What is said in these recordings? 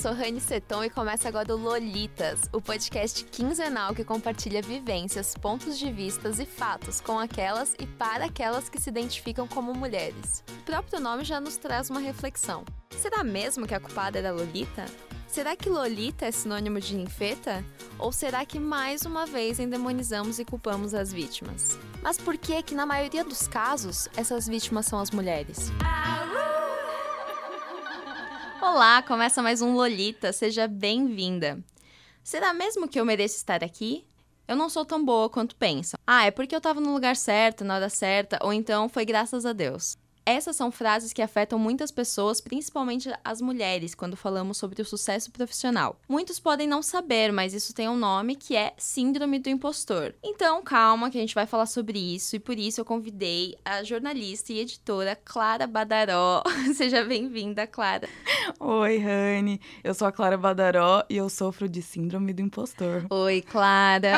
sou Rani Seton e começa agora o Lolitas, o podcast quinzenal que compartilha vivências, pontos de vistas e fatos com aquelas e para aquelas que se identificam como mulheres. O próprio nome já nos traz uma reflexão. Será mesmo que a culpada era Lolita? Será que Lolita é sinônimo de ninfeta? Ou será que mais uma vez endemonizamos e culpamos as vítimas? Mas por que na maioria dos casos, essas vítimas são as mulheres? Olá, começa mais um Lolita, seja bem-vinda. Será mesmo que eu mereço estar aqui? Eu não sou tão boa quanto pensam. É porque eu tava no lugar certo, na hora certa, ou então foi graças a Deus. Essas são frases que afetam muitas pessoas, principalmente as mulheres, quando falamos sobre o sucesso profissional. Muitos podem não saber, mas isso tem um nome que é Síndrome do Impostor. Então, calma que a gente vai falar sobre isso, e por isso eu convidei a jornalista e editora Clara Badaró. Seja bem-vinda, Clara. Oi, Rani. Eu sou a Clara Badaró e eu sofro de Síndrome do Impostor. Oi, Clara.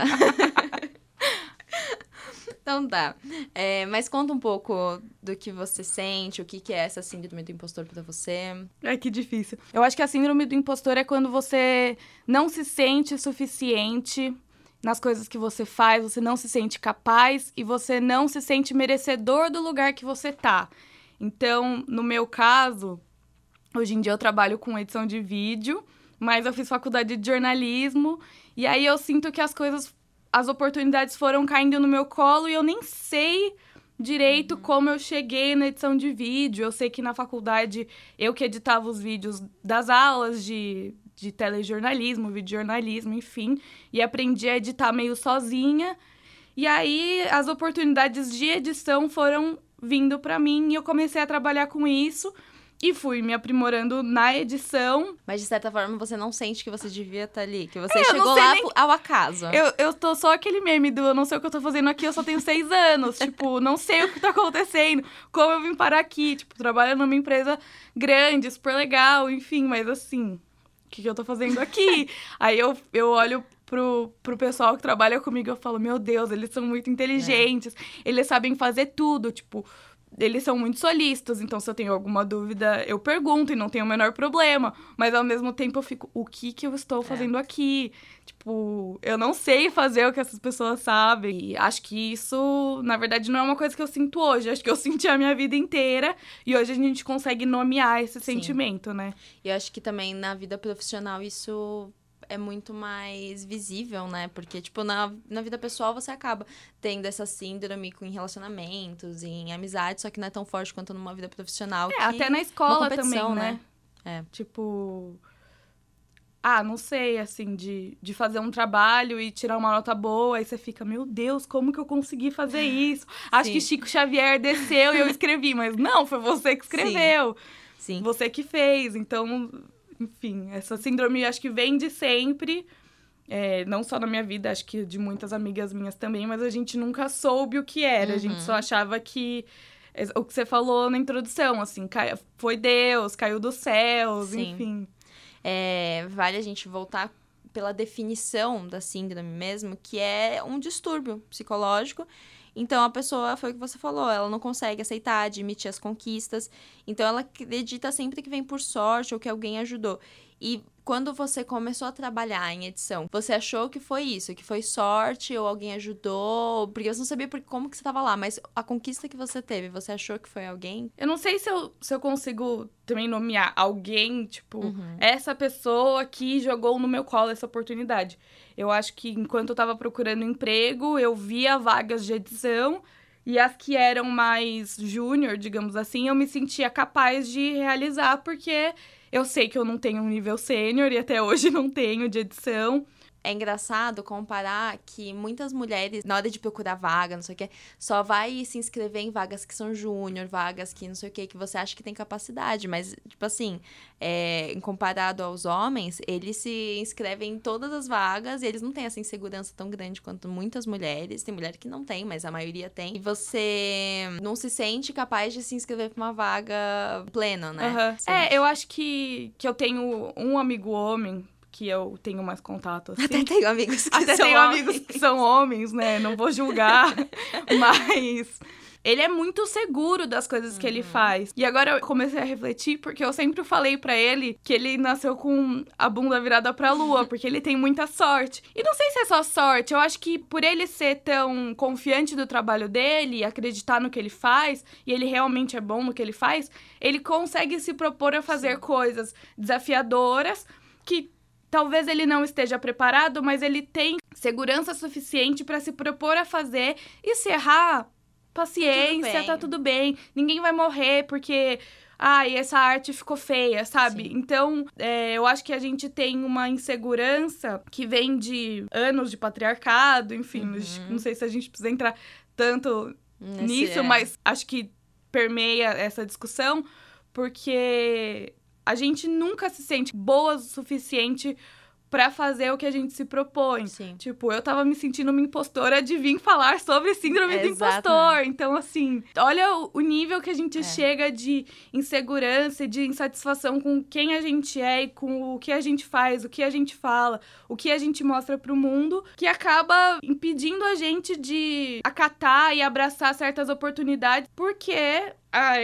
Então tá, mas conta um pouco do que você sente, o que é essa síndrome do impostor pra você. Que difícil. Eu acho que a síndrome do impostor é quando você não se sente suficiente nas coisas que você faz, você não se sente capaz e você não se sente merecedor do lugar que você tá. Então, no meu caso, hoje em dia eu trabalho com edição de vídeo, mas eu fiz faculdade de jornalismo e aí eu sinto que as oportunidades foram caindo no meu colo e eu nem sei direito como eu cheguei na edição de vídeo. Eu sei que na faculdade eu que editava os vídeos das aulas de telejornalismo, videojornalismo, enfim, e aprendi a editar meio sozinha. E aí as oportunidades de edição foram vindo para mim e eu comecei a trabalhar com isso. E fui me aprimorando na edição. Mas, de certa forma, você não sente que você devia estar ali? Que você chegou lá ao acaso? Eu tô só aquele meme do eu não sei o que eu tô fazendo aqui, eu só tenho 6 anos. Tipo, não sei o que tá acontecendo. Como eu vim parar aqui? Tipo, trabalho numa empresa grande, super legal, enfim. Mas, assim, o que eu tô fazendo aqui? Aí eu olho pro pessoal que trabalha comigo e eu falo, meu Deus, eles são muito inteligentes. Eles sabem fazer tudo, tipo... Eles são muito solícitos, então se eu tenho alguma dúvida, eu pergunto e não tenho o menor problema. Mas ao mesmo tempo eu fico, o que eu estou fazendo aqui? Tipo, eu não sei fazer o que essas pessoas sabem. E acho que isso, na verdade, não é uma coisa que eu sinto hoje. Acho que eu senti a minha vida inteira e hoje a gente consegue nomear esse sentimento, né? E eu acho que também na vida profissional isso... é muito mais visível, né? Porque, tipo, na vida pessoal você acaba tendo essa síndrome em relacionamentos, em amizades, só que não é tão forte quanto numa vida profissional. Até na escola também, né? É. Tipo... não sei, assim, de fazer um trabalho e tirar uma nota boa, aí você fica, meu Deus, como que eu consegui fazer isso? Acho que Chico Xavier desceu e eu escrevi, mas não, foi você que escreveu. Sim. Você que fez, então... Enfim, essa síndrome acho que vem de sempre, não só na minha vida, acho que de muitas amigas minhas também, mas a gente nunca soube o que era, a gente só achava que, o que você falou na introdução, assim, foi Deus, caiu dos céus, enfim. Vale a gente voltar pela definição da síndrome mesmo, que é um distúrbio psicológico. Então, a pessoa, foi o que você falou, ela não consegue aceitar, admitir as conquistas. Então, ela acredita sempre que vem por sorte ou que alguém ajudou. E quando você começou a trabalhar em edição, você achou que foi isso? Que foi sorte ou alguém ajudou? Porque você não sabia como que você estava lá, mas a conquista que você teve, você achou que foi alguém? Eu não sei se eu consigo também nomear alguém, tipo, essa pessoa que jogou no meu colo essa oportunidade. Eu acho que enquanto eu tava procurando emprego, eu via vagas de edição e as que eram mais júnior, digamos assim, eu me sentia capaz de realizar, porque eu sei que eu não tenho um nível sênior e até hoje não tenho de edição. É engraçado comparar que muitas mulheres, na hora de procurar vaga, não sei o quê, só vai se inscrever em vagas que são júnior, vagas que não sei o quê, que você acha que tem capacidade. Mas, tipo assim, em comparado aos homens, eles se inscrevem em todas as vagas e eles não têm essa insegurança tão grande quanto muitas mulheres. Tem mulher que não tem, mas a maioria tem. E você não se sente capaz de se inscrever pra uma vaga plena, né? Eu acho que eu tenho um amigo homem que eu tenho mais contato, assim. Até tenho amigos que Até são tenho homens. amigos que são homens, né? Não vou julgar, mas ele é muito seguro das coisas que ele faz. E agora eu comecei a refletir, porque eu sempre falei pra ele que ele nasceu com a bunda virada pra lua, porque ele tem muita sorte. E não sei se é só sorte, eu acho que por ele ser tão confiante do trabalho dele, acreditar no que ele faz, e ele realmente é bom no que ele faz, ele consegue se propor a fazer coisas desafiadoras que talvez ele não esteja preparado, mas ele tem segurança suficiente pra se propor a fazer, e se errar, paciência, tá tudo bem. Ninguém vai morrer porque... essa arte ficou feia, sabe? Sim. Então, eu acho que a gente tem uma insegurança que vem de anos de patriarcado, enfim. Não sei se a gente precisa entrar tanto nisso, mas acho que permeia essa discussão, porque a gente nunca se sente boa o suficiente pra fazer o que a gente se propõe. Sim. Tipo, eu tava me sentindo uma impostora de vir falar sobre síndrome do impostor. Então, assim, olha o nível que a gente chega de insegurança e de insatisfação com quem a gente é e com o que a gente faz, o que a gente fala, o que a gente mostra pro mundo, que acaba impedindo a gente de acatar e abraçar certas oportunidades, porque...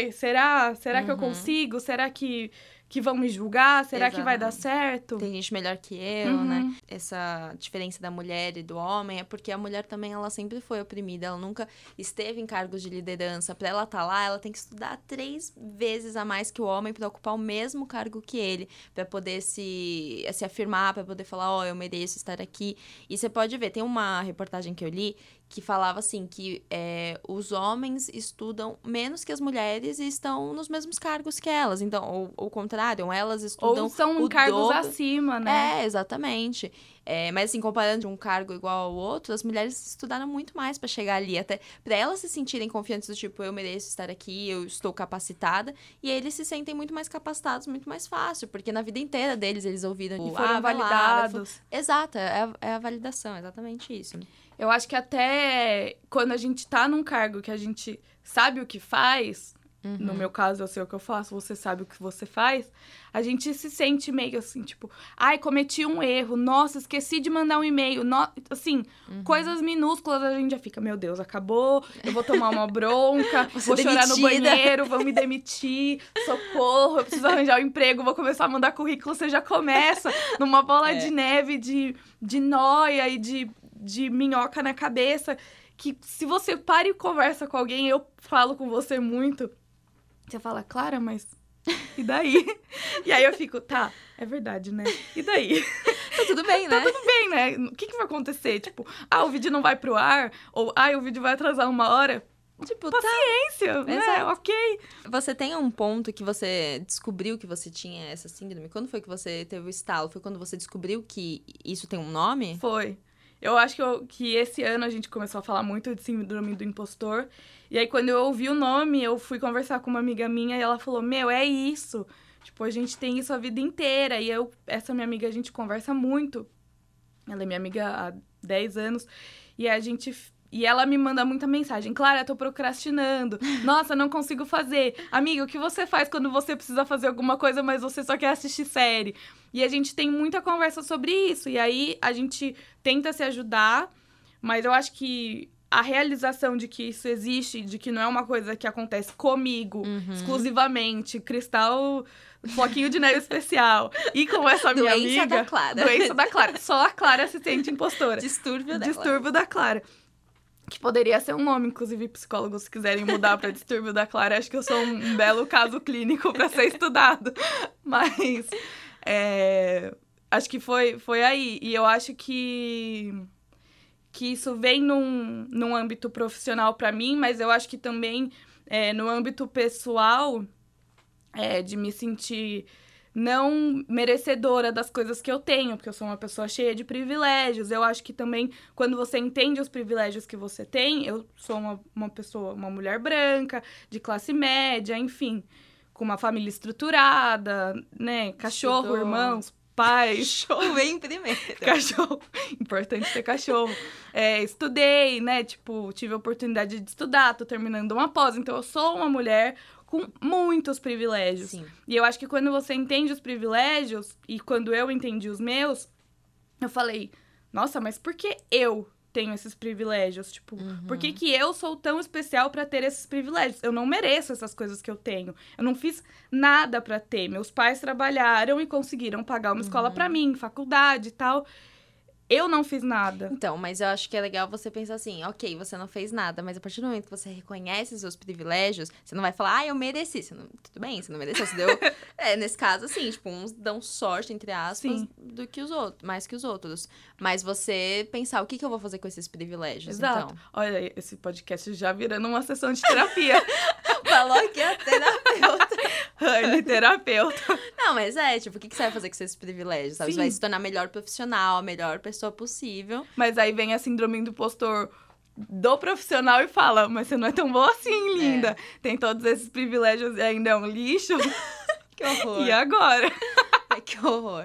será que eu consigo? Será que vão me julgar? Será que vai dar certo? Tem gente melhor que eu, né? Essa diferença da mulher e do homem é porque a mulher também, ela sempre foi oprimida. Ela nunca esteve em cargos de liderança. Pra ela estar lá, ela tem que estudar 3 vezes a mais que o homem pra ocupar o mesmo cargo que ele. Pra poder se afirmar, pra poder falar, eu mereço estar aqui. E você pode ver, tem uma reportagem que eu li que falava assim, que os homens estudam menos que as mulheres e estão nos mesmos cargos que elas. Então, ou o contrário, elas estudam ou são cargos acima, né? Exatamente. Mas assim, comparando um cargo igual ao outro, as mulheres estudaram muito mais pra chegar ali. Até pra elas se sentirem confiantes do tipo, eu mereço estar aqui, eu estou capacitada. E eles se sentem muito mais capacitados, muito mais fácil. Porque na vida inteira deles, eles ouviram... E foram validados. Exato, é a validação, exatamente isso. Eu acho que até quando a gente tá num cargo que a gente sabe o que faz, no meu caso eu sei o que eu faço, você sabe o que você faz, a gente se sente meio assim, tipo, cometi um erro, nossa, esqueci de mandar um e-mail, assim, coisas minúsculas a gente já fica, meu Deus, acabou, eu vou tomar uma bronca, vou chorar no banheiro, vão me demitir, socorro, eu preciso arranjar um emprego, vou começar a mandar currículo, você já começa numa bola de neve de nóia e de minhoca na cabeça, que se você para e conversa com alguém, eu falo com você muito, você fala, Clara, mas e daí? E aí eu fico, tá, é verdade, né? E daí? Tá tudo bem, né? Tá tudo bem, né? O que vai acontecer? Tipo, o vídeo não vai pro ar, ou o vídeo vai atrasar 1 hora. Tipo, paciência, né? Exato. Ok. Você tem um ponto que você descobriu que você tinha essa síndrome? Quando foi que você teve o estalo? Foi quando você descobriu que isso tem um nome? Foi. Eu acho que esse ano a gente começou a falar muito de síndrome do impostor. E aí, quando eu ouvi o nome, eu fui conversar com uma amiga minha e ela falou, é isso. Tipo, a gente tem isso a vida inteira. E essa minha amiga, a gente conversa muito. Ela é minha amiga há 10 anos. E ela me manda muita mensagem. Clara, tô procrastinando. Nossa, não consigo fazer. Amiga, o que você faz quando você precisa fazer alguma coisa, mas você só quer assistir série? E a gente tem muita conversa sobre isso. E aí, a gente tenta se ajudar. Mas eu acho que a realização de que isso existe, de que não é uma coisa que acontece comigo, exclusivamente, cristal, floquinho de neve especial, e com essa minha amiga... Doença da Clara. Só a Clara se sente impostora. Distúrbio da Clara. Que poderia ser um nome, inclusive, psicólogos, se quiserem mudar pra distúrbio da Clara. Acho que eu sou um belo caso clínico pra ser estudado. Mas, acho que foi aí. E eu acho que isso vem num âmbito profissional pra mim, mas eu acho que também no âmbito pessoal, de me sentir não merecedora das coisas que eu tenho, porque eu sou uma pessoa cheia de privilégios. Eu acho que também, quando você entende os privilégios que você tem, eu sou uma mulher branca, de classe média, enfim, com uma família estruturada, né? Cachorro, irmãos, pais. Cachorro vem primeiro. Cachorro. Importante ter cachorro. Estudei, né? Tipo, tive a oportunidade de estudar, tô terminando uma pós. Então, eu sou uma mulher com muitos privilégios. Sim. E eu acho que quando você entende os privilégios, e quando eu entendi os meus, eu falei, nossa, mas por que eu tenho esses privilégios? Tipo, por que eu sou tão especial pra ter esses privilégios? Eu não mereço essas coisas que eu tenho. Eu não fiz nada pra ter. Meus pais trabalharam e conseguiram pagar uma escola pra mim, faculdade e tal. Eu não fiz nada. Então, mas eu acho que é legal você pensar assim, ok, você não fez nada, mas a partir do momento que você reconhece os seus privilégios, você não vai falar, eu mereci. Tudo bem, você não mereceu, você deu... nesse caso, assim, tipo, uns dão sorte, entre aspas, do que os outros, mais que os outros. Mas você pensar, o que eu vou fazer com esses privilégios, Exato. então? Olha, esse podcast já virando uma sessão de terapia. Falou que é terapeuta. Rani, terapeuta. Não, mas tipo, o que você vai fazer com esses privilégios, sabe? Sim. Você vai se tornar a melhor profissional, a melhor pessoa possível. Mas aí vem a síndrome do impostor do profissional e fala, mas você não é tão boa assim, linda. Tem todos esses privilégios e ainda é um lixo. Que horror. E agora? Que horror.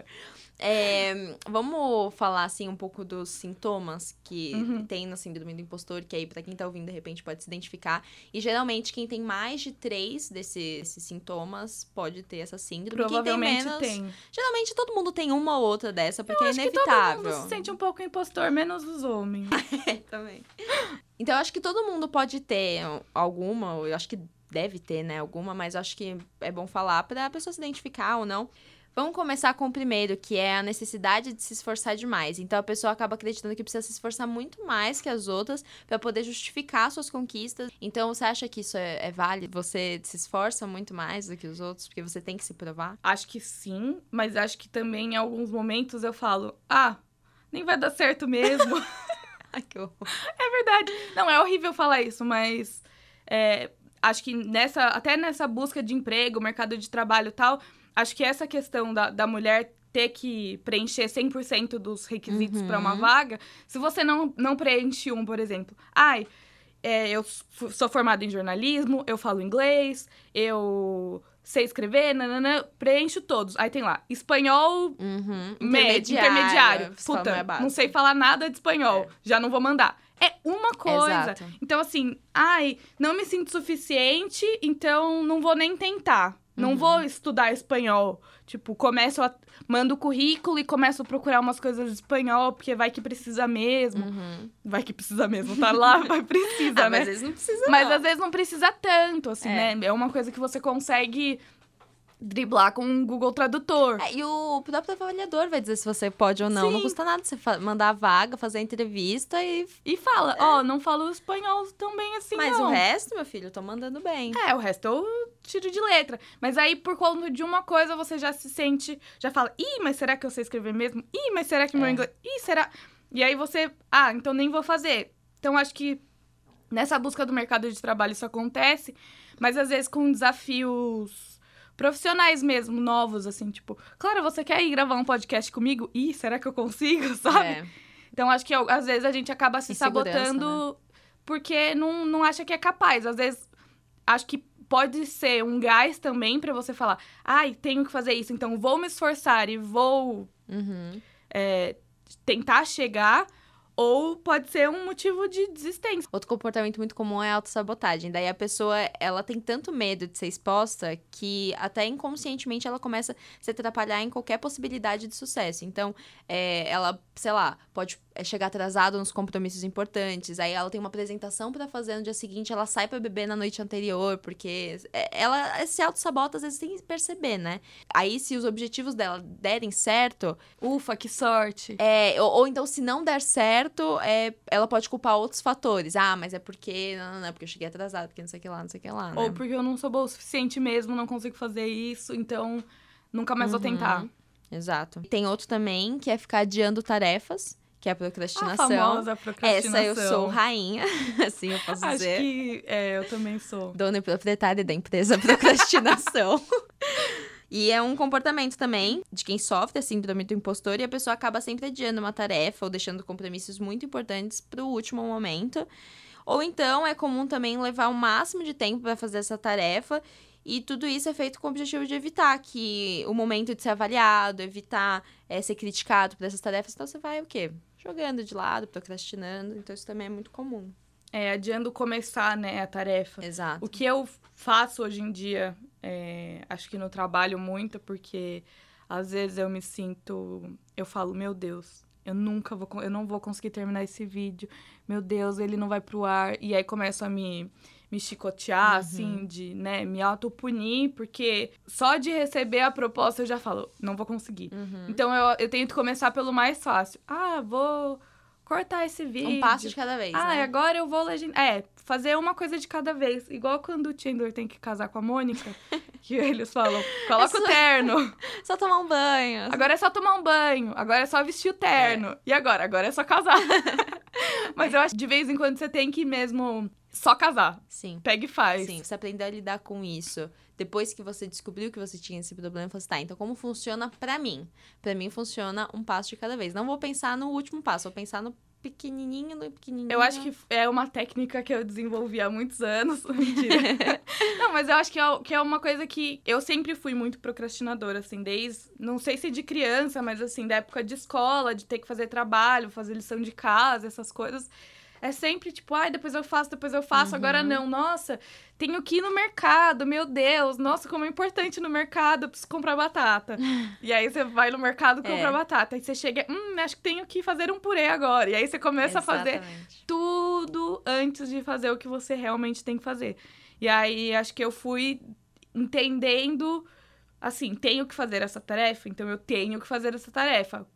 Vamos falar, assim, um pouco dos sintomas que tem na síndrome do impostor, que aí, pra quem tá ouvindo, de repente, pode se identificar. E, geralmente, quem tem mais de 3 desses sintomas pode ter essa síndrome. Provavelmente quem tem menos, tem. Geralmente, todo mundo tem uma ou outra dessa, porque é Acho que inevitável. todo mundo se sente um pouco impostor, menos os homens. Também. Então, eu acho que todo mundo pode ter alguma, eu acho que deve ter, né, alguma, mas eu acho que é bom falar pra pessoa se identificar ou não. Vamos começar com o primeiro, que é a necessidade de se esforçar demais. Então, a pessoa acaba acreditando que precisa se esforçar muito mais que as outras para poder justificar suas conquistas. Então, você acha que isso é válido? Você se esforça muito mais do que os outros porque você tem que se provar? Acho que sim, mas acho que também em alguns momentos eu falo, nem vai dar certo mesmo. Ai, que horror. É verdade. Não, é horrível falar isso, mas acho que até nessa busca de emprego, mercado de trabalho e tal, acho que essa questão da mulher ter que preencher 100% dos requisitos para uma vaga, se você não preenche por exemplo, eu sou formada em jornalismo, eu falo inglês, eu sei escrever, preencho todos. Aí tem lá, espanhol médio, intermediário. Puta, não sei falar nada de espanhol, já não vou mandar. É uma coisa. Exato. Então, assim, não me sinto suficiente, então não vou nem tentar. Não vou estudar espanhol. Tipo, mando o currículo e começo a procurar umas coisas de espanhol, porque vai que precisa mesmo. Vai que precisa mesmo, tá lá, precisa, né? Mas às vezes não precisa, Mas às vezes não precisa tanto, assim, né? É uma coisa que você consegue driblar com um Google Tradutor. E o próprio avaliador vai dizer se você pode ou não. Sim. Não custa nada você mandar a vaga, fazer a entrevista e fala, não falo espanhol tão bem assim, mas não. o resto, meu filho, eu tô mandando bem. O resto eu tiro de letra. Mas aí, por conta de uma coisa, você já se sente... Já fala, mas será que eu sei escrever mesmo? Mas será que meu inglês... será... E aí você... então nem vou fazer. Então, acho que nessa busca do mercado de trabalho isso acontece. Mas, às vezes, com desafios profissionais mesmo, novos, assim, tipo... Claro, você quer ir gravar um podcast comigo? Será que eu consigo, sabe? Então, acho que às vezes a gente acaba se sabotando, né? Porque não acha que é capaz. Às vezes, acho que pode ser um gás também pra você falar, tenho que fazer isso, então vou me esforçar e vou tentar chegar. Ou pode ser um motivo de desistência. Outro comportamento muito comum é a autossabotagem. Daí a pessoa, ela tem tanto medo de ser exposta que até inconscientemente ela começa a se atrapalhar em qualquer possibilidade de sucesso. Então, ela, sei lá, pode chegar atrasada nos compromissos importantes. Aí ela tem uma apresentação pra fazer no dia seguinte, ela sai pra beber na noite anterior, porque ela se autossabota às vezes sem perceber, né? Aí, se os objetivos dela derem certo... Ufa, que sorte! Ou então, se não der certo, ela pode culpar outros fatores. Mas é porque... Não, porque eu cheguei atrasada, porque não sei o que lá, né? Ou porque eu não sou boa o suficiente mesmo, não consigo fazer isso, então nunca mais vou tentar. Exato. Tem outro também, que é ficar adiando tarefas, que é a procrastinação. A famosa procrastinação. Essa eu sou rainha, assim eu posso dizer. Acho que eu também sou. Dona e proprietária da empresa procrastinação. E é um comportamento também de quem sofre a síndrome do impostor e a pessoa acaba sempre adiando uma tarefa ou deixando compromissos muito importantes para o último momento. Ou então é comum também levar o máximo de tempo para fazer essa tarefa e tudo isso é feito com o objetivo de evitar o momento de ser avaliado, evitar ser criticado por essas tarefas. Então você vai o quê? Jogando de lado, procrastinando. Então isso também é muito comum. Adiando começar, né, a tarefa. Exato. O que eu faço hoje em dia, acho que no trabalho muito, porque às vezes eu falo, meu Deus, eu não vou conseguir terminar esse vídeo. Meu Deus, ele não vai pro ar. E aí começo a me chicotear, assim, de, né, me autopunir, porque só de receber a proposta eu já falo, não vou conseguir. Então eu tento começar pelo mais fácil. Vou cortar esse vídeo. Um passo de cada vez, né? Agora eu vou legendar. Fazer uma coisa de cada vez. Igual quando o Chandler tem que casar com a Mônica, que eles falam, coloca o terno. Só tomar um banho. Agora é só tomar um banho. Agora é só vestir o terno. E agora? Agora é só casar. Mas eu acho que de vez em quando você tem que mesmo só casar. Sim. Pega e faz. Sim, você aprendeu a lidar com isso. Depois que você descobriu que você tinha esse problema, você falou assim, então como funciona pra mim? Pra mim funciona um passo de cada vez. Não vou pensar no último passo, vou pensar no pequenininho. Eu acho que é uma técnica que eu desenvolvi há muitos anos. Mentira. Não, mas eu acho que é uma coisa que eu sempre fui muito procrastinadora, assim, desde, não sei se de criança, mas assim, da época de escola, de ter que fazer trabalho, fazer lição de casa, essas coisas. É sempre tipo, depois eu faço, agora não. Nossa, tenho que ir no mercado, meu Deus. Nossa, como é importante no mercado, eu preciso comprar batata. E aí você vai no mercado e compra batata. Aí você chega, acho que tenho que fazer um purê agora. E aí você começa a fazer tudo antes de fazer o que você realmente tem que fazer. E aí acho que eu fui entendendo, assim, tenho que fazer essa tarefa, então eu tenho que fazer essa tarefa.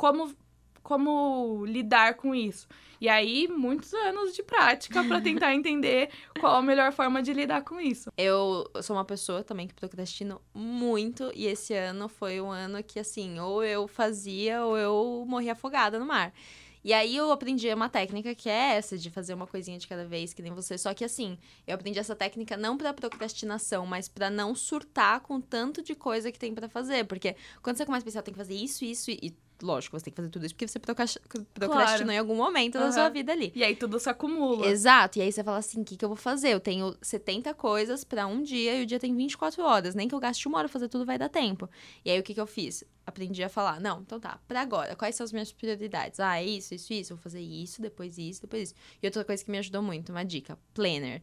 Como lidar com isso? E aí, muitos anos de prática pra tentar entender qual a melhor forma de lidar com isso. Eu sou uma pessoa também que procrastino muito. E esse ano foi um ano que, assim, ou eu fazia ou eu morria afogada no mar. E aí eu aprendi uma técnica que é essa, de fazer uma coisinha de cada vez, que nem você. Só que assim, eu aprendi essa técnica não pra procrastinação, mas pra não surtar com tanto de coisa que tem pra fazer. Porque quando você começa a pensar, tem que fazer isso e lógico, você tem que fazer tudo isso porque você procrastinou em algum momento da sua vida ali. E aí tudo se acumula. Exato. E aí você fala assim, o que eu vou fazer? Eu tenho 70 coisas pra um dia e o dia tem 24 horas. Nem que eu gaste 1 hora fazer tudo vai dar tempo. E aí o que eu fiz? Aprendi a falar, não, então tá, pra agora, quais são as minhas prioridades? É isso, eu vou fazer isso, depois isso, depois isso. E outra coisa que me ajudou muito, uma dica, planner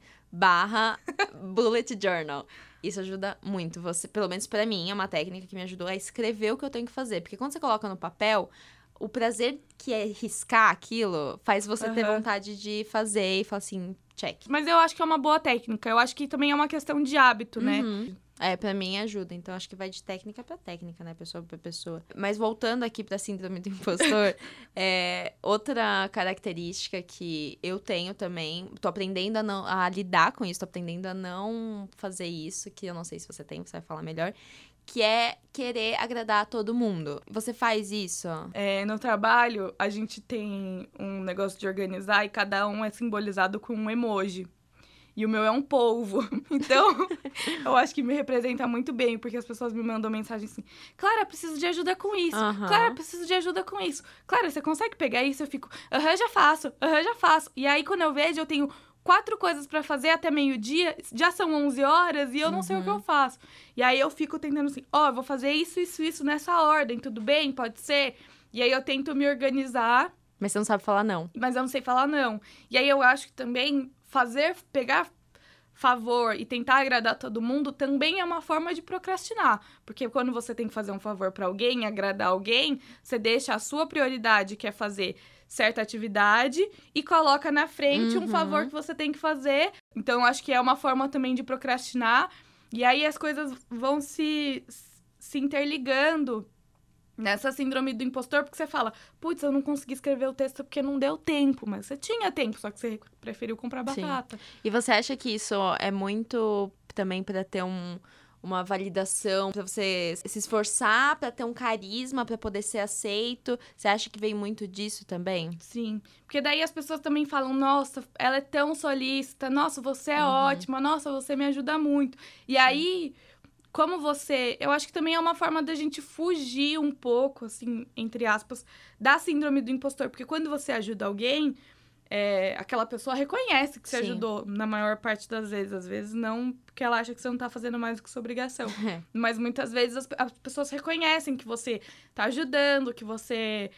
/ bullet journal. Isso ajuda muito, você, pelo menos pra mim, é uma técnica que me ajudou a escrever o que eu tenho que fazer. Porque quando você coloca no papel, o prazer que é riscar aquilo faz você ter vontade de fazer e falar assim, check. Mas eu acho que é uma boa técnica, eu acho que também é uma questão de hábito, né? Pra mim ajuda. Então, acho que vai de técnica pra técnica, né? Pessoa pra pessoa. Mas voltando aqui pra síndrome do impostor, outra característica que eu tenho também, tô aprendendo a lidar com isso, tô aprendendo a não fazer isso, que eu não sei se você tem, você vai falar melhor, que é querer agradar a todo mundo. Você faz isso? No trabalho, a gente tem um negócio de organizar e cada um é simbolizado com um emoji. E o meu é um polvo. Então, eu acho que me representa muito bem, porque as pessoas me mandam mensagem assim, Clara, preciso de ajuda com isso. Clara, preciso de ajuda com isso. Clara, você consegue pegar isso? Eu fico, já faço. E aí, quando eu vejo, eu tenho 4 coisas pra fazer até meio-dia, já são 11 horas e eu não sei o que eu faço. E aí, eu fico tentando assim, eu vou fazer isso nessa ordem, tudo bem? Pode ser? E aí, eu tento me organizar. Mas você não sabe falar não. Mas eu não sei falar não. E aí, eu acho que também pegar favor e tentar agradar todo mundo também é uma forma de procrastinar. Porque quando você tem que fazer um favor pra alguém, agradar alguém, você deixa a sua prioridade, que é fazer certa atividade, e coloca na frente um favor que você tem que fazer. Então, acho que é uma forma também de procrastinar. E aí, as coisas vão se interligando nessa síndrome do impostor, porque você fala, putz, eu não consegui escrever o texto porque não deu tempo. Mas você tinha tempo, só que você preferiu comprar batata. Sim. E você acha que isso é muito também pra ter uma validação, pra você se esforçar, pra ter um carisma, pra poder ser aceito? Você acha que vem muito disso também? Sim, porque daí as pessoas também falam, nossa, ela é tão solícita, nossa, você é ótima, nossa, você me ajuda muito. E aí, como eu acho que também é uma forma da gente fugir um pouco, assim, entre aspas, da síndrome do impostor. Porque quando você ajuda alguém, aquela pessoa reconhece que você ajudou, na maior parte das vezes. Às vezes não, porque ela acha que você não tá fazendo mais do que sua obrigação. Mas muitas vezes as pessoas reconhecem que você tá ajudando, que você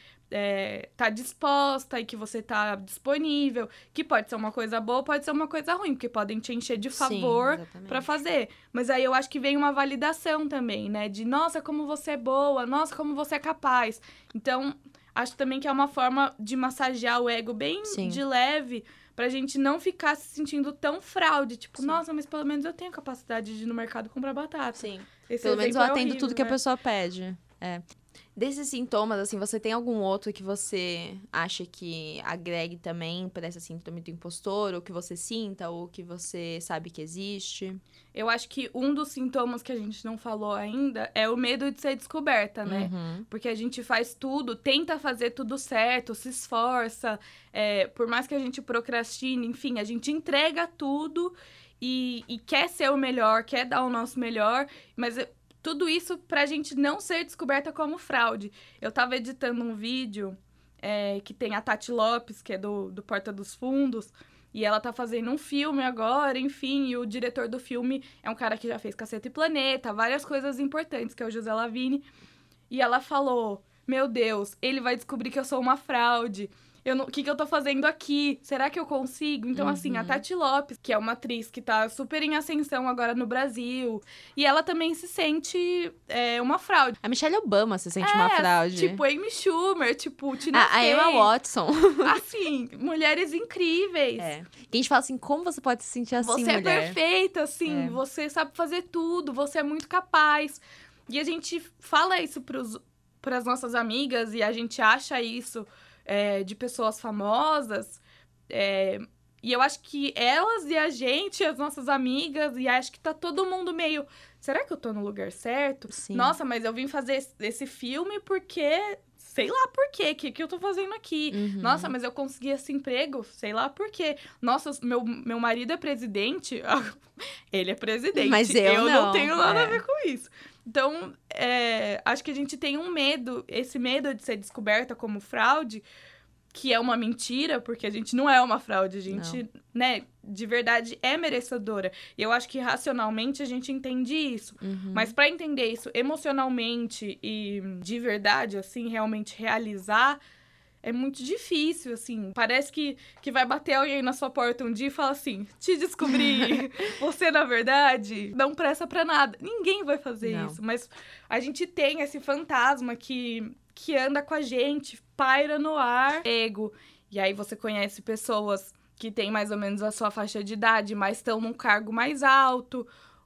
tá disposta e que você tá disponível, que pode ser uma coisa boa, pode ser uma coisa ruim, porque podem te encher de favor pra fazer. Mas aí eu acho que vem uma validação também, né? De, nossa, como você é boa, nossa, como você é capaz. Então, acho também que é uma forma de massagear o ego bem Sim. de leve, pra gente não ficar se sentindo tão fraude. Tipo, Sim. nossa, mas pelo menos eu tenho capacidade de ir no mercado comprar batata. Sim. Esse Pelo menos eu exemplo é atendo horrível, tudo que a né? pessoa pede. É. Desses sintomas, assim, você tem algum outro que você acha que agregue também para essa síndrome do impostor? Ou que você sinta, ou que você sabe que existe? Eu acho que um dos sintomas que a gente não falou ainda é o medo de ser descoberta, né? Uhum. Porque a gente faz tudo, tenta fazer tudo certo, se esforça. Por mais que a gente procrastine, enfim, a gente entrega tudo e quer ser o melhor, quer dar o nosso melhor, mas tudo isso pra gente não ser descoberta como fraude. Eu tava editando um vídeo que tem a Tati Lopes, que é do Porta dos Fundos, e ela tá fazendo um filme agora, enfim, e o diretor do filme é um cara que já fez Caceta e Planeta, várias coisas importantes, que é o José Lavini. E ela falou, meu Deus, ele vai descobrir que eu sou uma fraude. O que eu tô fazendo aqui? Será que eu consigo? Então, assim, a Tati Lopes, que é uma atriz que tá super em ascensão agora no Brasil, e ela também se sente uma fraude. A Michelle Obama se sente uma fraude. Tipo, Amy Schumer, tipo, Tina A Fey. Emma Watson. Assim, mulheres incríveis. É. E a gente fala assim, como você pode se sentir assim, Você mulher? é perfeita, assim, você sabe fazer tudo, você é muito capaz. E a gente fala isso pras nossas amigas e a gente acha isso de pessoas famosas. E eu acho que elas e a gente, as nossas amigas, e acho que tá todo mundo meio... Será que eu tô no lugar certo? Sim. Nossa, mas eu vim fazer esse filme porque... Sei lá por quê, o que eu tô fazendo aqui? Uhum. Nossa, mas eu consegui esse emprego, sei lá por quê. Nossa, meu marido é presidente. Ele é presidente. Mas eu não tenho nada a É. ver com isso. Então, acho que a gente tem um medo, esse medo de ser descoberta como fraude, que é uma mentira, porque a gente não é uma fraude, a gente, né, de verdade é merecedora. E eu acho que racionalmente a gente entende isso. Uhum. Mas pra entender isso emocionalmente e de verdade, assim, realmente realizar, é muito difícil, assim. Parece que vai bater alguém na sua porta um dia e falar assim, te descobri, você na verdade não presta pra nada. Ninguém vai fazer Não. isso, mas a gente tem esse fantasma que anda com a gente, paira no ar, ego. E aí você conhece pessoas que têm mais ou menos a sua faixa de idade, mas estão num cargo mais alto,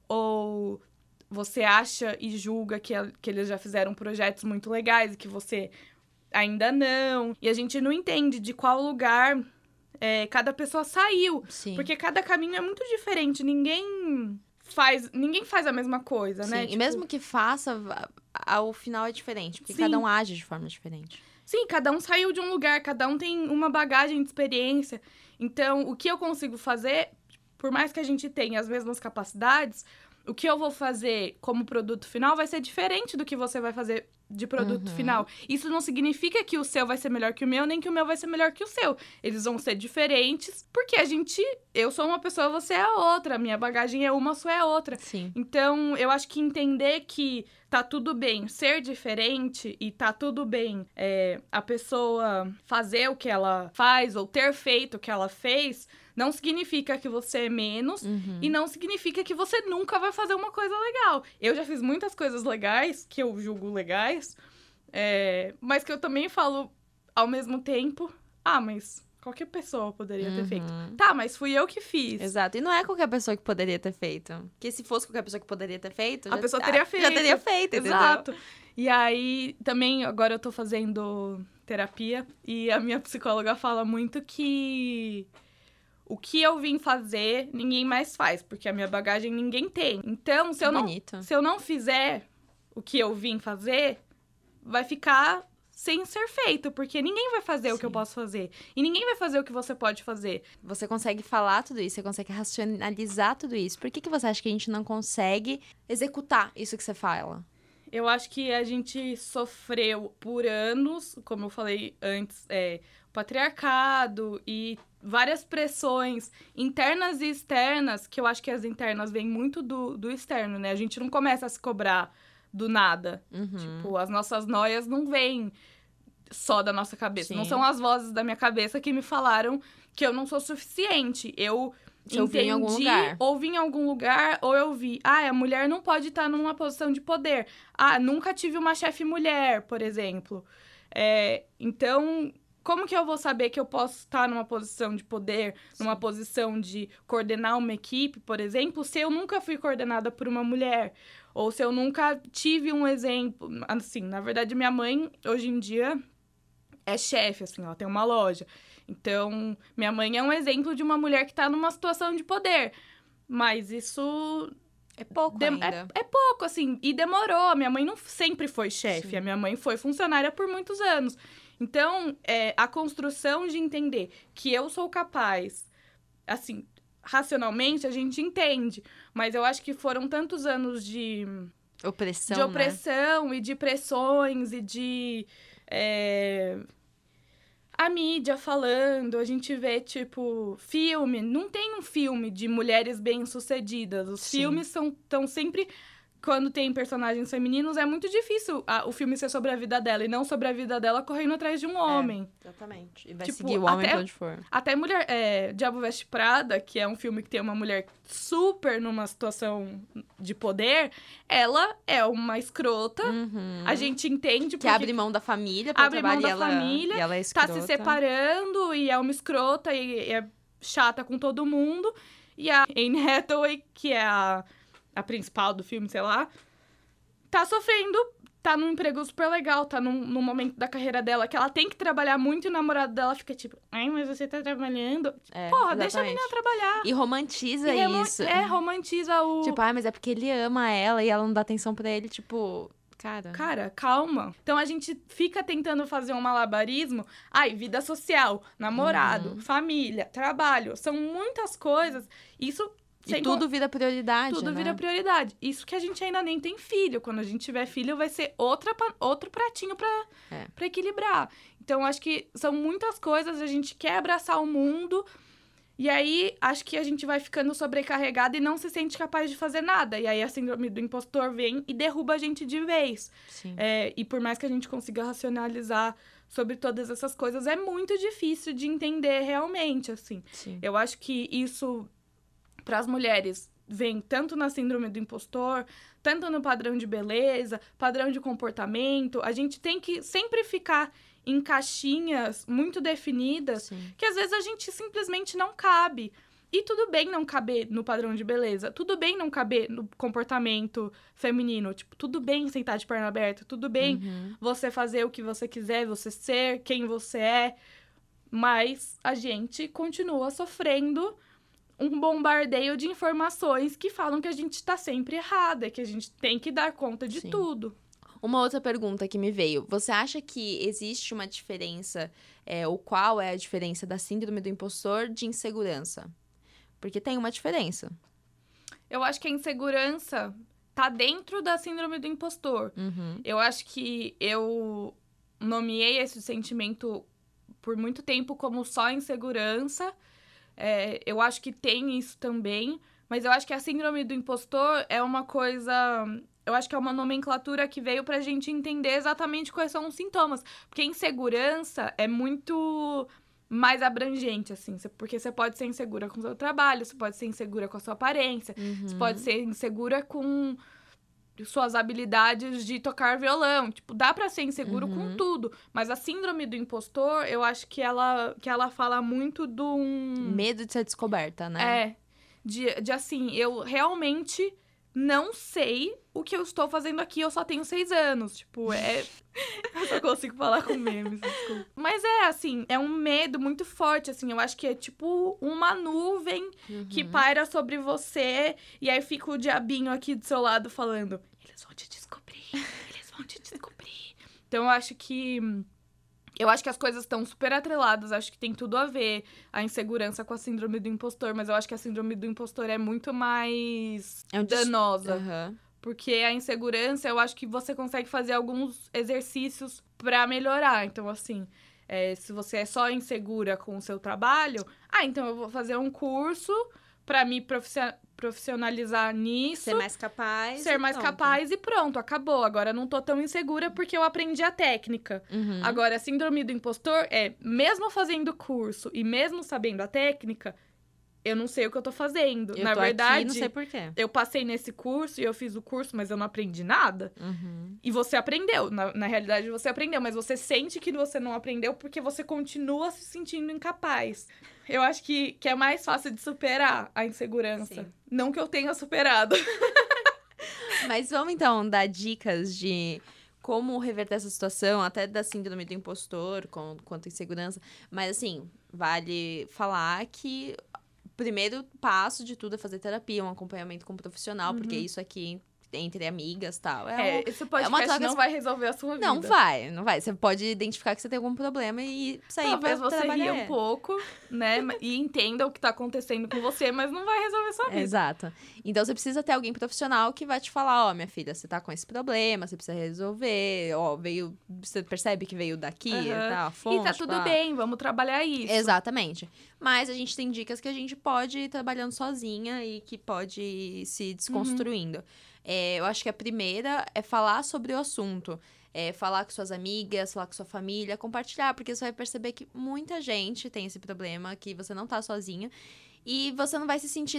ou você acha e julga que eles já fizeram projetos muito legais e que você ainda não. E a gente não entende de qual lugar cada pessoa saiu. Sim. Porque cada caminho é muito diferente. Ninguém faz a mesma coisa, Sim. né? E mesmo que faça, o final é diferente. Porque Sim. cada um age de forma diferente. Sim, cada um saiu de um lugar, cada um tem uma bagagem de experiência. Então, o que eu consigo fazer, por mais que a gente tenha as mesmas capacidades, o que eu vou fazer como produto final vai ser diferente do que você vai fazer de produto final. Isso não significa que o seu vai ser melhor que o meu, nem que o meu vai ser melhor que o seu. Eles vão ser diferentes, porque eu sou uma pessoa, você é a outra. A minha bagagem é uma, a sua é a outra. Sim. Então, eu acho que entender que tá tudo bem ser diferente e tá tudo bem a pessoa fazer o que ela faz ou ter feito o que ela fez, não significa que você é menos e não significa que você nunca vai fazer uma coisa legal. Eu já fiz muitas coisas legais, que eu julgo legais, mas que eu também falo ao mesmo tempo, mas qualquer pessoa poderia ter feito. Tá, mas fui eu que fiz. Exato. E não é qualquer pessoa que poderia ter feito. Porque se fosse qualquer pessoa que poderia ter feito... A pessoa teria feito. Já teria feito, entendeu? Exato. E aí, também, agora eu tô fazendo terapia e a minha psicóloga fala muito que o que eu vim fazer, ninguém mais faz, porque a minha bagagem ninguém tem. Então, se eu não fizer o que eu vim fazer, vai ficar sem ser feito, porque ninguém vai fazer o que eu posso fazer. E ninguém vai fazer o que você pode fazer. Você consegue falar tudo isso, você consegue racionalizar tudo isso. Por que você acha que a gente não consegue executar isso que você fala? Eu acho que a gente sofreu por anos, como eu falei antes, patriarcado e várias pressões internas e externas, que eu acho que as internas vêm muito do externo, né? A gente não começa a se cobrar do nada. Tipo, as nossas noias não vêm só da nossa cabeça. Sim. Não são as vozes da minha cabeça que me falaram que eu não sou suficiente. Eu ouvi em algum lugar. Ouvi em algum lugar, ou eu vi, a mulher não pode estar numa posição de poder. Nunca tive uma chefe mulher, por exemplo. Então, como que eu vou saber que eu posso estar numa posição de poder, numa posição de coordenar uma equipe, por exemplo, se eu nunca fui coordenada por uma mulher? Ou se eu nunca tive um exemplo... Assim, na verdade, minha mãe, hoje em dia, é chefe, assim, ela tem uma loja. Então, minha mãe é um exemplo de uma mulher que está numa situação de poder. Mas isso... É pouco ainda. É pouco, assim, e demorou. A minha mãe não sempre foi chefe, a minha mãe foi funcionária por muitos anos. Então, a construção de entender que eu sou capaz, assim, racionalmente a gente entende, mas eu acho que foram tantos anos de opressão, né? E de pressões e de... A mídia falando, a gente vê, tipo, filme. Não tem um filme de mulheres bem-sucedidas. Os filmes estão sempre... Quando tem personagens femininos, é muito difícil o filme ser sobre a vida dela. E não sobre a vida dela correndo atrás de um homem. Exatamente. E vai seguir o homem pra onde for. Até Diabo Veste Prada, que é um filme que tem uma mulher super numa situação de poder, ela é uma escrota. A gente entende... Que abre mão da família pra trabalhar família, e ela é escrota. Tá se separando e é uma escrota e é chata com todo mundo. E a Anne Hathaway, que é a principal do filme, sei lá, tá sofrendo, tá num emprego super legal, tá num momento da carreira dela que ela tem que trabalhar muito e o namorado dela fica tipo, ai, mas você tá trabalhando? Porra, deixa a menina trabalhar. E romantiza isso. Romantiza o... Tipo, ai, mas é porque ele ama ela e ela não dá atenção pra ele, tipo... Cara, calma. Então, a gente fica tentando fazer um malabarismo. Ai, vida social, namorado, família, trabalho. São muitas coisas. Isso... E tudo vira prioridade, Tudo vira prioridade. Isso que a gente ainda nem tem filho. Quando a gente tiver filho, vai ser outro pratinho pra equilibrar. Então, acho que são muitas coisas. A gente quer abraçar o mundo. E aí, acho que a gente vai ficando sobrecarregada e não se sente capaz de fazer nada. E aí, a síndrome do impostor vem e derruba a gente de vez. Sim. E por mais que a gente consiga racionalizar sobre todas essas coisas, é muito difícil de entender realmente, assim. Sim. Eu acho que isso... para as mulheres, vem tanto na síndrome do impostor, tanto no padrão de beleza, padrão de comportamento. A gente tem que sempre ficar em caixinhas muito definidas, que às vezes a gente simplesmente não cabe. E tudo bem não caber no padrão de beleza, tudo bem não caber no comportamento feminino. Tipo, tudo bem sentar de perna aberta, tudo bem você fazer o que você quiser, você ser quem você é. Mas a gente continua sofrendo um bombardeio de informações que falam que a gente está sempre errada, que a gente tem que dar conta de tudo. Uma outra pergunta que me veio. Você acha que existe uma diferença, ou qual é a diferença da síndrome do impostor de insegurança? Porque tem uma diferença. Eu acho que a insegurança tá dentro da síndrome do impostor. Eu acho que eu nomeei esse sentimento por muito tempo como só insegurança. Eu acho que tem isso também, mas eu acho que a síndrome do impostor é uma coisa... Eu acho que é uma nomenclatura que veio pra gente entender exatamente quais são os sintomas. Porque insegurança é muito mais abrangente, assim. Porque você pode ser insegura com o seu trabalho, você pode ser insegura com a sua aparência, você pode ser insegura com suas habilidades de tocar violão. Tipo, dá pra ser inseguro com tudo. Mas a síndrome do impostor, eu acho que ela fala muito do... medo de ser descoberta, né? De assim, eu realmente não sei o que eu estou fazendo aqui, eu só tenho 6 anos. Tipo, eu só consigo falar com memes, desculpa. Mas assim, é um medo muito forte, assim. Eu acho que é tipo uma nuvem que paira sobre você. E aí fica o diabinho aqui do seu lado falando, eles vão te descobrir, eles vão te descobrir. Então, eu acho que as coisas estão super atreladas, acho que tem tudo a ver a insegurança com a síndrome do impostor, mas eu acho que a síndrome do impostor é muito mais danosa. Porque a insegurança, eu acho que você consegue fazer alguns exercícios pra melhorar. Então, assim, se você é só insegura com o seu trabalho, então eu vou fazer um curso pra me profissionalizar nisso. Ser mais capaz. Ser mais capaz e pronto, acabou. Agora eu não tô tão insegura porque eu aprendi a técnica. Agora, a síndrome do impostor mesmo fazendo curso e mesmo sabendo a técnica, eu não sei o que eu tô fazendo. Eu Na tô verdade, aqui, não sei por quê. eu passei nesse curso e eu fiz o curso, mas eu não aprendi nada. E você aprendeu. Na realidade, você aprendeu, mas você sente que você não aprendeu porque você continua se sentindo incapaz. Eu acho que é mais fácil de superar a insegurança. Sim. Não que eu tenha superado. Mas vamos, então, dar dicas de como reverter essa situação, até da síndrome do impostor, quanto à insegurança. Mas, assim, vale falar que o primeiro passo de tudo é fazer terapia, um acompanhamento com um profissional, porque isso aqui, entre amigas e tal, Esse podcast troca... não vai resolver a sua vida. Não vai. Você pode identificar que você tem algum problema e sair Talvez pra você trabalhar. ria um pouco, né? E entenda o que tá acontecendo com você, mas não vai resolver a sua vida. Exato. Então, você precisa ter alguém profissional que vai te falar, ó, minha filha, você tá com esse problema, você precisa resolver, ó, você percebe que veio daqui, tá, a fonte, E tá tudo bem, vamos trabalhar isso. Exatamente. Mas a gente tem dicas que a gente pode ir trabalhando sozinha e que pode ir se desconstruindo. Eu acho que a primeira é falar sobre o assunto. Falar com suas amigas, falar com sua família, compartilhar, porque você vai perceber que muita gente tem esse problema, que você não tá sozinha. E você não vai se sentir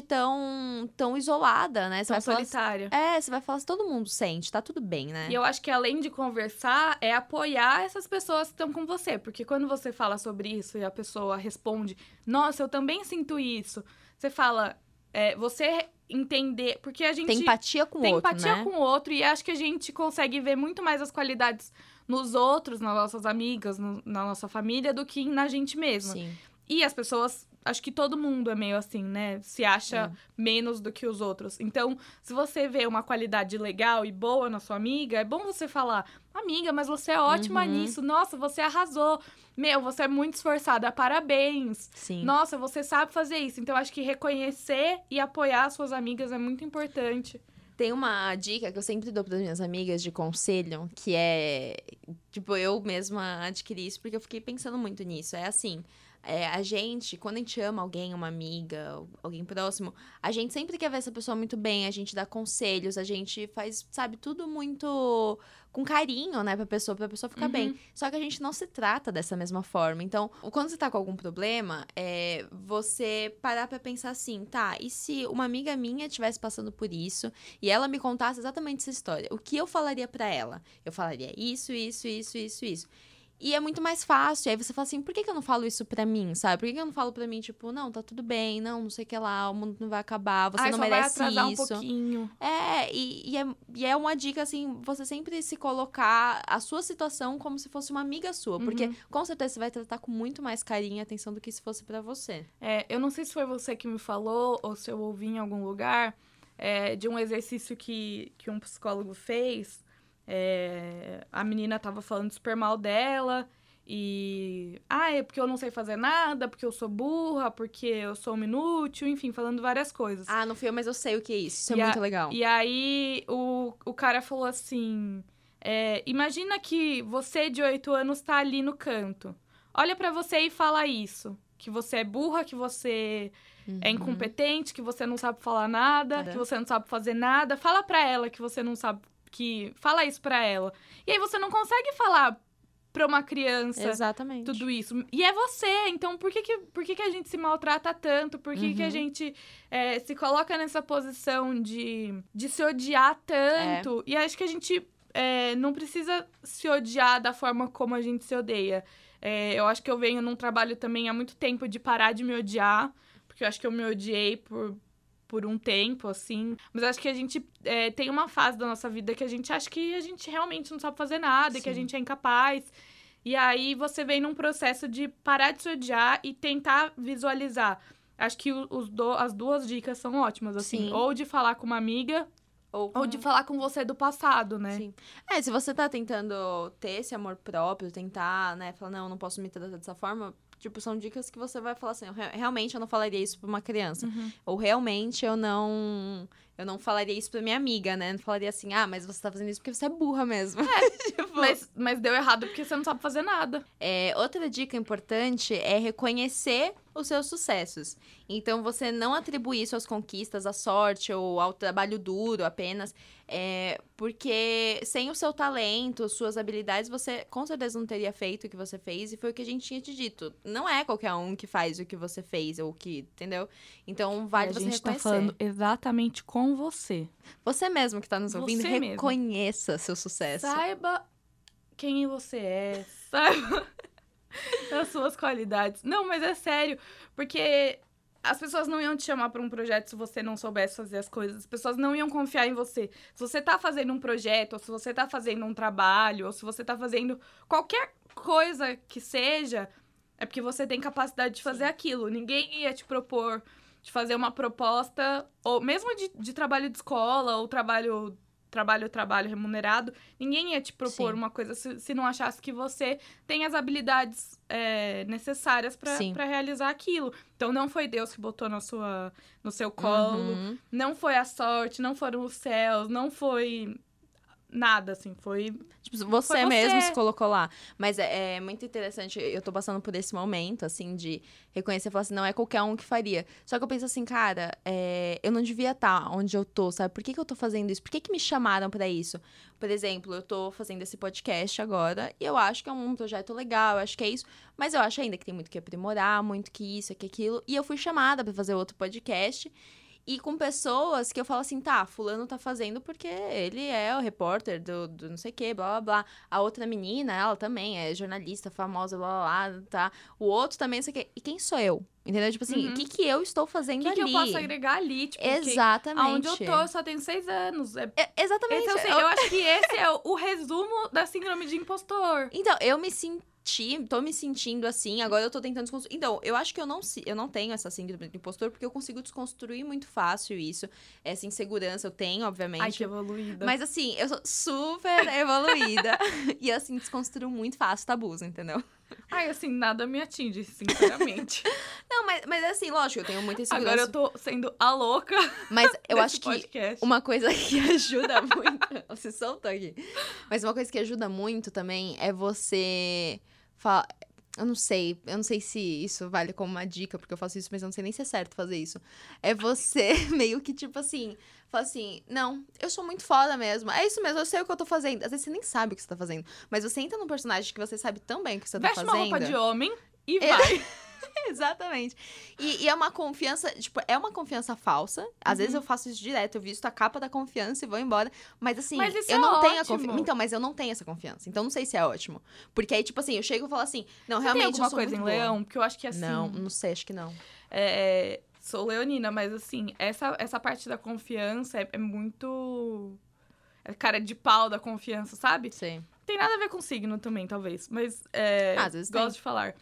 tão isolada, né? Você Tão vai falar, solitária. você vai falar se todo mundo sente, tá tudo bem, né? E eu acho que além de conversar, é apoiar essas pessoas que estão com você. Porque quando você fala sobre isso e a pessoa responde, nossa, eu também sinto isso. Você fala, você entender, porque a gente tem empatia com o outro, tem empatia né? com o outro e acho que a gente consegue ver muito mais as qualidades nos outros, nas nossas amigas, na nossa família, do que na gente mesma. Sim. E as pessoas, acho que todo mundo é meio assim, né? Se acha menos do que os outros. Então, se você vê uma qualidade legal e boa na sua amiga, é bom você falar, amiga, mas você é ótima nisso. Nossa, você arrasou. Meu, você é muito esforçada. Parabéns. Sim. Nossa, você sabe fazer isso. Então, acho que reconhecer e apoiar as suas amigas é muito importante. Tem uma dica que eu sempre dou para as minhas amigas de conselho, que é... Tipo, eu mesma adquiri isso porque eu fiquei pensando muito nisso. É assim... a gente, quando a gente ama alguém, uma amiga, alguém próximo, a gente sempre quer ver essa pessoa muito bem, a gente dá conselhos, a gente faz, sabe, tudo muito com carinho, né, pra pessoa ficar bem. Só que a gente não se trata dessa mesma forma. Então, quando você tá com algum problema, você parar pra pensar assim, tá, e se uma amiga minha estivesse passando por isso e ela me contasse exatamente essa história, o que eu falaria pra ela? Eu falaria isso. E é muito mais fácil. Aí você fala assim, por que eu não falo isso pra mim, sabe? Por que eu não falo pra mim, tipo, não, tá tudo bem, não sei o que lá, o mundo não vai acabar, você não merece vai atrasar isso. um pouquinho. E é uma dica, assim, você sempre se colocar a sua situação como se fosse uma amiga sua. Porque, com certeza, você vai tratar com muito mais carinho e atenção do que se fosse pra você. Eu não sei se foi você que me falou ou se eu ouvi em algum lugar de um exercício que um psicólogo fez. A menina tava falando super mal dela e... é porque eu não sei fazer nada, porque eu sou burra, porque eu sou uma inútil, enfim, falando várias coisas. Não fui eu, mas eu sei o que é isso. Isso é muito legal. E aí, o cara falou assim... imagina que você de 8 anos tá ali no canto. Olha pra você e fala isso. Que você é burra, que você é incompetente, que você não sabe falar nada, que você não sabe fazer nada. Fala pra ela que você não sabe... Fala isso pra ela. E aí você não consegue falar pra uma criança tudo isso. E é você. Então, por que a gente se maltrata tanto? Por que a gente se coloca nessa posição de se odiar tanto? E acho que a gente não precisa se odiar da forma como a gente se odeia. Eu acho que eu venho num trabalho também há muito tempo de parar de me odiar. Porque eu acho que eu me odiei por um tempo, assim. Mas acho que a gente tem uma fase da nossa vida que a gente acha que a gente realmente não sabe fazer nada, que a gente é incapaz. E aí você vem num processo de parar de se odiar e tentar visualizar. Acho que as duas dicas são ótimas, assim. Sim. Ou de falar com uma amiga, ou de falar com você do passado, né? Sim. Se você tá tentando ter esse amor próprio, tentar, né, falar, não posso me tratar dessa forma... Tipo, são dicas que você vai falar assim, realmente eu não falaria isso pra uma criança. Ou realmente eu não eu não falaria isso pra minha amiga, né? Não falaria assim, mas você tá fazendo isso porque você é burra mesmo. Tipo, Mas deu errado porque você não sabe fazer nada. outra dica importante é reconhecer os seus sucessos. Então, você não atribuir suas conquistas à sorte ou ao trabalho duro apenas, porque sem o seu talento, suas habilidades, você com certeza não teria feito o que você fez, e foi o que a gente tinha te dito. Não é qualquer um que faz o que você fez, ou que, entendeu? Então, vale você reconhecer. A gente tá falando exatamente com você. Você mesmo que tá nos ouvindo, Você mesmo. reconheça seu sucesso. Saiba quem você é, saiba as suas qualidades. Não, mas é sério, porque as pessoas não iam te chamar para um projeto se você não soubesse fazer as coisas. As pessoas não iam confiar em você. Se você tá fazendo um projeto, ou se você tá fazendo um trabalho, ou se você tá fazendo qualquer coisa que seja, é porque você tem capacidade de fazer aquilo. Ninguém ia te propor de fazer uma proposta, ou mesmo de trabalho de escola, ou trabalho remunerado, ninguém ia te propor uma coisa se não achasse que você tem as habilidades necessárias para realizar aquilo. Então, não foi Deus que botou no seu colo, não foi a sorte, não foram os céus, não foi nada, assim, foi... Tipo, você mesmo se colocou lá. Mas é muito interessante, eu tô passando por esse momento, assim, de reconhecer e falar assim, não é qualquer um que faria. Só que eu penso assim, cara, eu não devia estar onde eu tô, sabe? Por que eu tô fazendo isso? Por que me chamaram pra isso? Por exemplo, eu tô fazendo esse podcast agora, e eu acho que é um projeto legal, eu acho que é isso, mas eu acho ainda que tem muito que aprimorar, muito que isso, que aquilo. E eu fui chamada pra fazer outro podcast, e com pessoas que eu falo assim, tá, fulano tá fazendo porque ele é o repórter do não sei o que, blá, blá, blá. A outra menina, ela também é jornalista famosa, blá, blá, blá, tá. O outro também, não sei o que. E quem sou eu? Entendeu? Tipo assim, o que eu estou fazendo ali? O que eu posso agregar ali? Tipo, exatamente. Aonde eu tô, eu só tenho 6 anos. Exatamente. Eu acho que esse é o resumo da síndrome de impostor. Então, eu tô me sentindo assim, agora eu tô tentando desconstruir. Então, eu acho que eu não tenho essa síndrome de impostor, porque eu consigo desconstruir muito fácil isso. Essa insegurança eu tenho, obviamente. Ai, que evoluída. Mas assim, eu sou super evoluída. E assim, desconstruo muito fácil tabus, entendeu? Ai, assim, nada me atinge, sinceramente. Não, mas assim, lógico, eu tenho muita insegurança. Agora eu tô sendo a louca. Mas eu acho podcast. Que uma coisa que ajuda muito... Você soltou aqui. Mas uma coisa que ajuda muito também é você... Eu não sei se isso vale como uma dica, porque eu faço isso, mas eu não sei nem se é certo fazer isso. É você meio que, tipo assim, fala assim, não, eu sou muito foda mesmo. É isso mesmo, eu sei o que eu tô fazendo. Às vezes você nem sabe o que você tá fazendo, mas você entra num personagem que você sabe tão bem o que você tá fazendo. Veste uma roupa de homem e vai. Exatamente. E é uma confiança, tipo, é uma confiança falsa. Às vezes eu faço isso direto, eu visto a capa da confiança e vou embora. Mas assim, eu não tenho a confiança. Então, mas eu não tenho essa confiança. Então, não sei se é ótimo. Porque aí, tipo assim, eu chego e falo assim, não, você realmente tem alguma coisa em Leão? Porque eu acho que assim... Não sei, acho que não. Sou leonina, mas assim, essa parte da confiança é muito... É cara de pau da confiança, sabe? Sim. Tem nada a ver com signo também, talvez. Mas às vezes gosto de falar.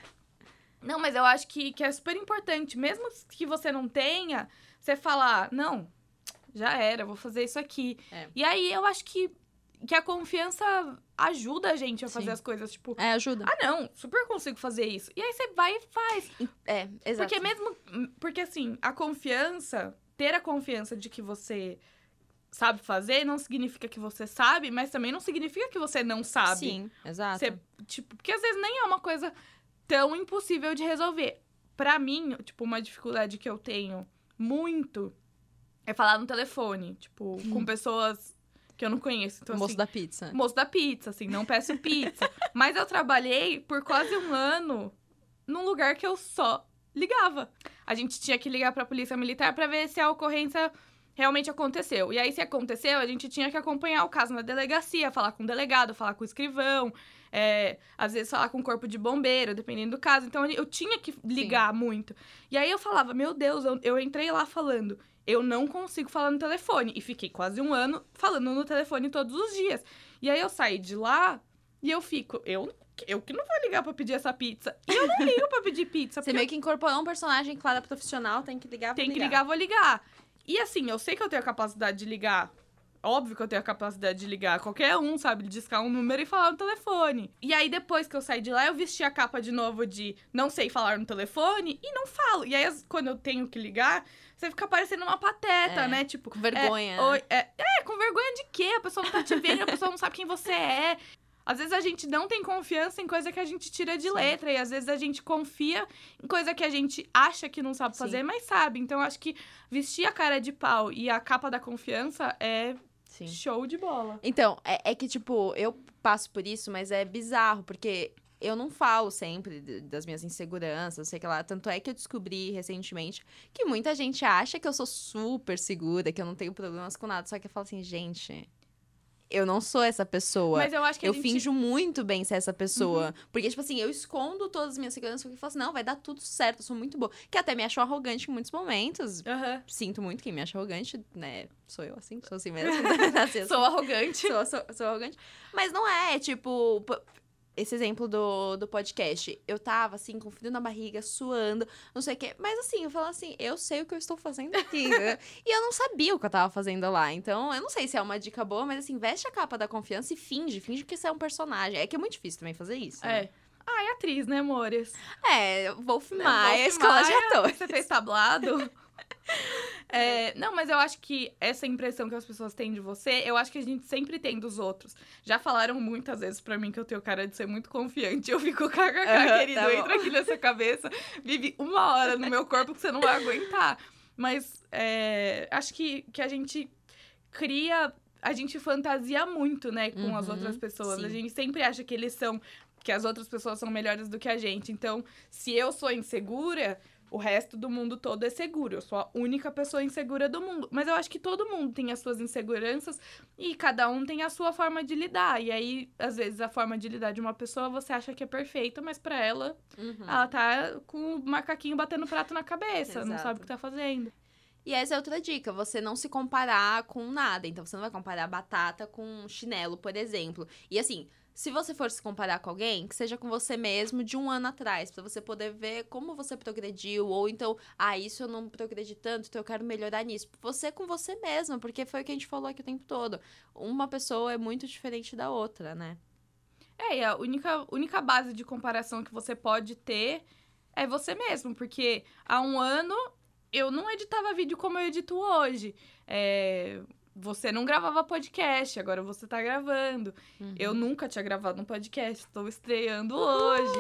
Não, mas eu acho que é super importante. Mesmo que você não tenha, você falar, não, já era, vou fazer isso aqui. E aí, eu acho que a confiança ajuda a gente a fazer as coisas, tipo... ajuda. Não, super consigo fazer isso. E aí, você vai e faz. Exato. Porque assim, ter a confiança de que você sabe fazer, não significa que você sabe, mas também não significa que você não sabe. Sim, exato. Porque às vezes nem é uma coisa tão impossível de resolver. Pra mim, tipo, uma dificuldade que eu tenho muito é falar no telefone, tipo, com pessoas que eu não conheço. Então, moço da pizza. Moço da pizza, assim, não peço pizza. Mas eu trabalhei por quase 1 ano num lugar que eu só ligava. A gente tinha que ligar pra polícia militar pra ver se a ocorrência realmente aconteceu. E aí, se aconteceu, a gente tinha que acompanhar o caso na delegacia, falar com o delegado, falar com o escrivão, às vezes falar com o corpo de bombeiro, dependendo do caso. Então, eu tinha que ligar muito. E aí, eu falava, meu Deus, eu entrei lá falando, eu não consigo falar no telefone. E fiquei quase 1 ano falando no telefone todos os dias. E aí, eu saí de lá e eu fico, eu que não vou ligar pra pedir essa pizza. E eu não ligo pra pedir pizza. Você meio que incorporou um personagem, claro, profissional, tem que ligar, vou ligar. E assim, eu sei que eu tenho a capacidade de ligar. Óbvio que eu tenho a capacidade de ligar. Qualquer um sabe discar um número e falar no telefone. E aí, depois que eu saí de lá, eu vesti a capa de novo de não sei falar no telefone e não falo. E aí, quando eu tenho que ligar, você fica parecendo uma pateta, né? Tipo, com vergonha. Com vergonha de quê? A pessoa não tá te vendo, a pessoa não sabe quem você é. Às vezes a gente não tem confiança em coisa que a gente tira de letra. E às vezes a gente confia em coisa que a gente acha que não sabe fazer, mas sabe. Então, eu acho que vestir a cara de pau e a capa da confiança é show de bola. Então, é que, tipo, eu passo por isso, mas é bizarro, porque eu não falo sempre das minhas inseguranças, não sei o que lá. Tanto é que eu descobri recentemente que muita gente acha que eu sou super segura, que eu não tenho problemas com nada. Só que eu falo assim, gente, eu não sou essa pessoa. Mas eu acho que eu finjo muito bem ser essa pessoa. Porque, tipo assim, eu escondo todas as minhas seguranças porque eu falo assim, não, vai dar tudo certo, eu sou muito boa. Que até me achou arrogante em muitos momentos. Sinto muito quem me acha arrogante, né? Sou eu assim, sou assim mesmo. Sou arrogante. Sou arrogante. Mas não é, tipo... Esse exemplo do podcast. Eu tava, assim, com frio na barriga, suando, não sei o quê. Mas, assim, eu falo assim, eu sei o que eu estou fazendo aqui, né? E eu não sabia o que eu tava fazendo lá. Então, eu não sei se é uma dica boa, mas, assim, veste a capa da confiança e finge que você é um personagem. É que é muito difícil também fazer isso, né? É atriz, né, amores? Wolf Maia, a escola de atores. Você fez tablado? Não, mas eu acho que essa impressão que as pessoas têm de você, eu acho que a gente sempre tem dos outros. Já falaram muitas vezes pra mim que eu tenho cara de ser muito confiante. Eu fico, querido, tá entra aqui nessa cabeça, vive 1 hora no meu corpo que você não vai aguentar. Mas acho que a gente cria... A gente fantasia muito, né, com as outras pessoas. Sim. A gente sempre acha que as outras pessoas são melhores do que a gente. Então, se eu sou insegura... O resto do mundo todo é seguro. Eu sou a única pessoa insegura do mundo. Mas eu acho que todo mundo tem as suas inseguranças e cada um tem a sua forma de lidar. E aí, às vezes, a forma de lidar de uma pessoa você acha que é perfeita, mas pra ela, ela tá com o macaquinho batendo prato na cabeça. Não sabe o que tá fazendo. E essa é outra dica, você não se comparar com nada. Então, você não vai comparar batata com chinelo, por exemplo. E assim... Se você for se comparar com alguém, que seja com você mesmo de 1 ano atrás, pra você poder ver como você progrediu, ou então, isso eu não progredi tanto, então eu quero melhorar nisso. Você com você mesma, porque foi o que a gente falou aqui o tempo todo. Uma pessoa é muito diferente da outra, né? E a única base de comparação que você pode ter é você mesmo, porque há 1 ano eu não editava vídeo como eu edito hoje. Você não gravava podcast, agora você tá gravando. Eu nunca tinha gravado um podcast, estou estreando hoje.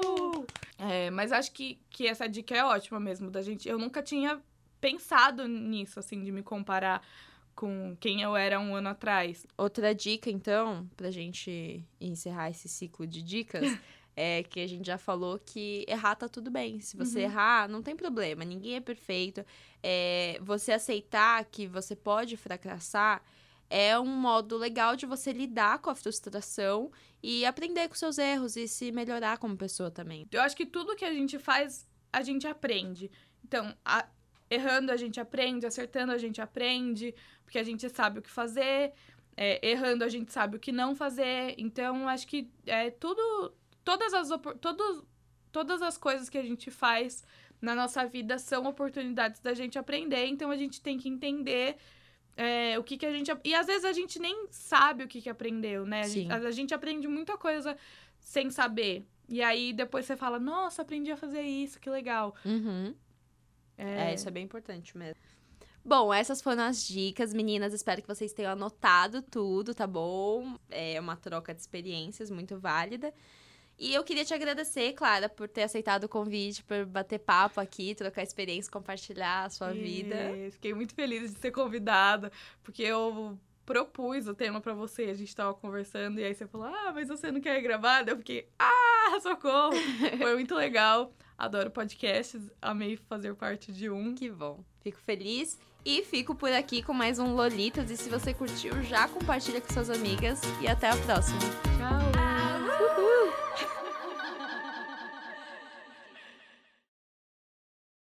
Mas acho que essa dica é ótima mesmo da gente. Eu nunca tinha pensado nisso, assim, de me comparar com quem eu era 1 ano atrás. Outra dica, então, pra gente encerrar esse ciclo de dicas... É que a gente já falou que errar tá tudo bem. Se você errar, não tem problema. Ninguém é perfeito. Você aceitar que você pode fracassar é um modo legal de você lidar com a frustração e aprender com seus erros e se melhorar como pessoa também. Eu acho que tudo que a gente faz, a gente aprende. Então, errando a gente aprende, acertando a gente aprende, porque a gente sabe o que fazer. Errando a gente sabe o que não fazer. Então, acho que Todas as coisas que a gente faz na nossa vida são oportunidades da gente aprender. Então, a gente tem que entender o que a gente... E, às vezes, a gente nem sabe o que aprendeu, né? A gente aprende muita coisa sem saber. E aí, depois você fala, nossa, aprendi a fazer isso, que legal. Isso é bem importante mesmo. Bom, essas foram as dicas, meninas. Espero que vocês tenham anotado tudo, tá bom? É uma troca de experiências muito válida. E eu queria te agradecer, Clara, por ter aceitado o convite, por bater papo aqui, trocar experiência, compartilhar a sua vida. Fiquei muito feliz de ser convidada, porque eu propus o tema pra você, a gente tava conversando, e aí você falou, mas você não quer gravar? Eu fiquei, socorro! Foi muito legal, adoro podcasts, amei fazer parte de um. Que bom, fico feliz. E fico por aqui com mais um Lolitas, e se você curtiu, já compartilha com suas amigas, e até a próxima. Tchau!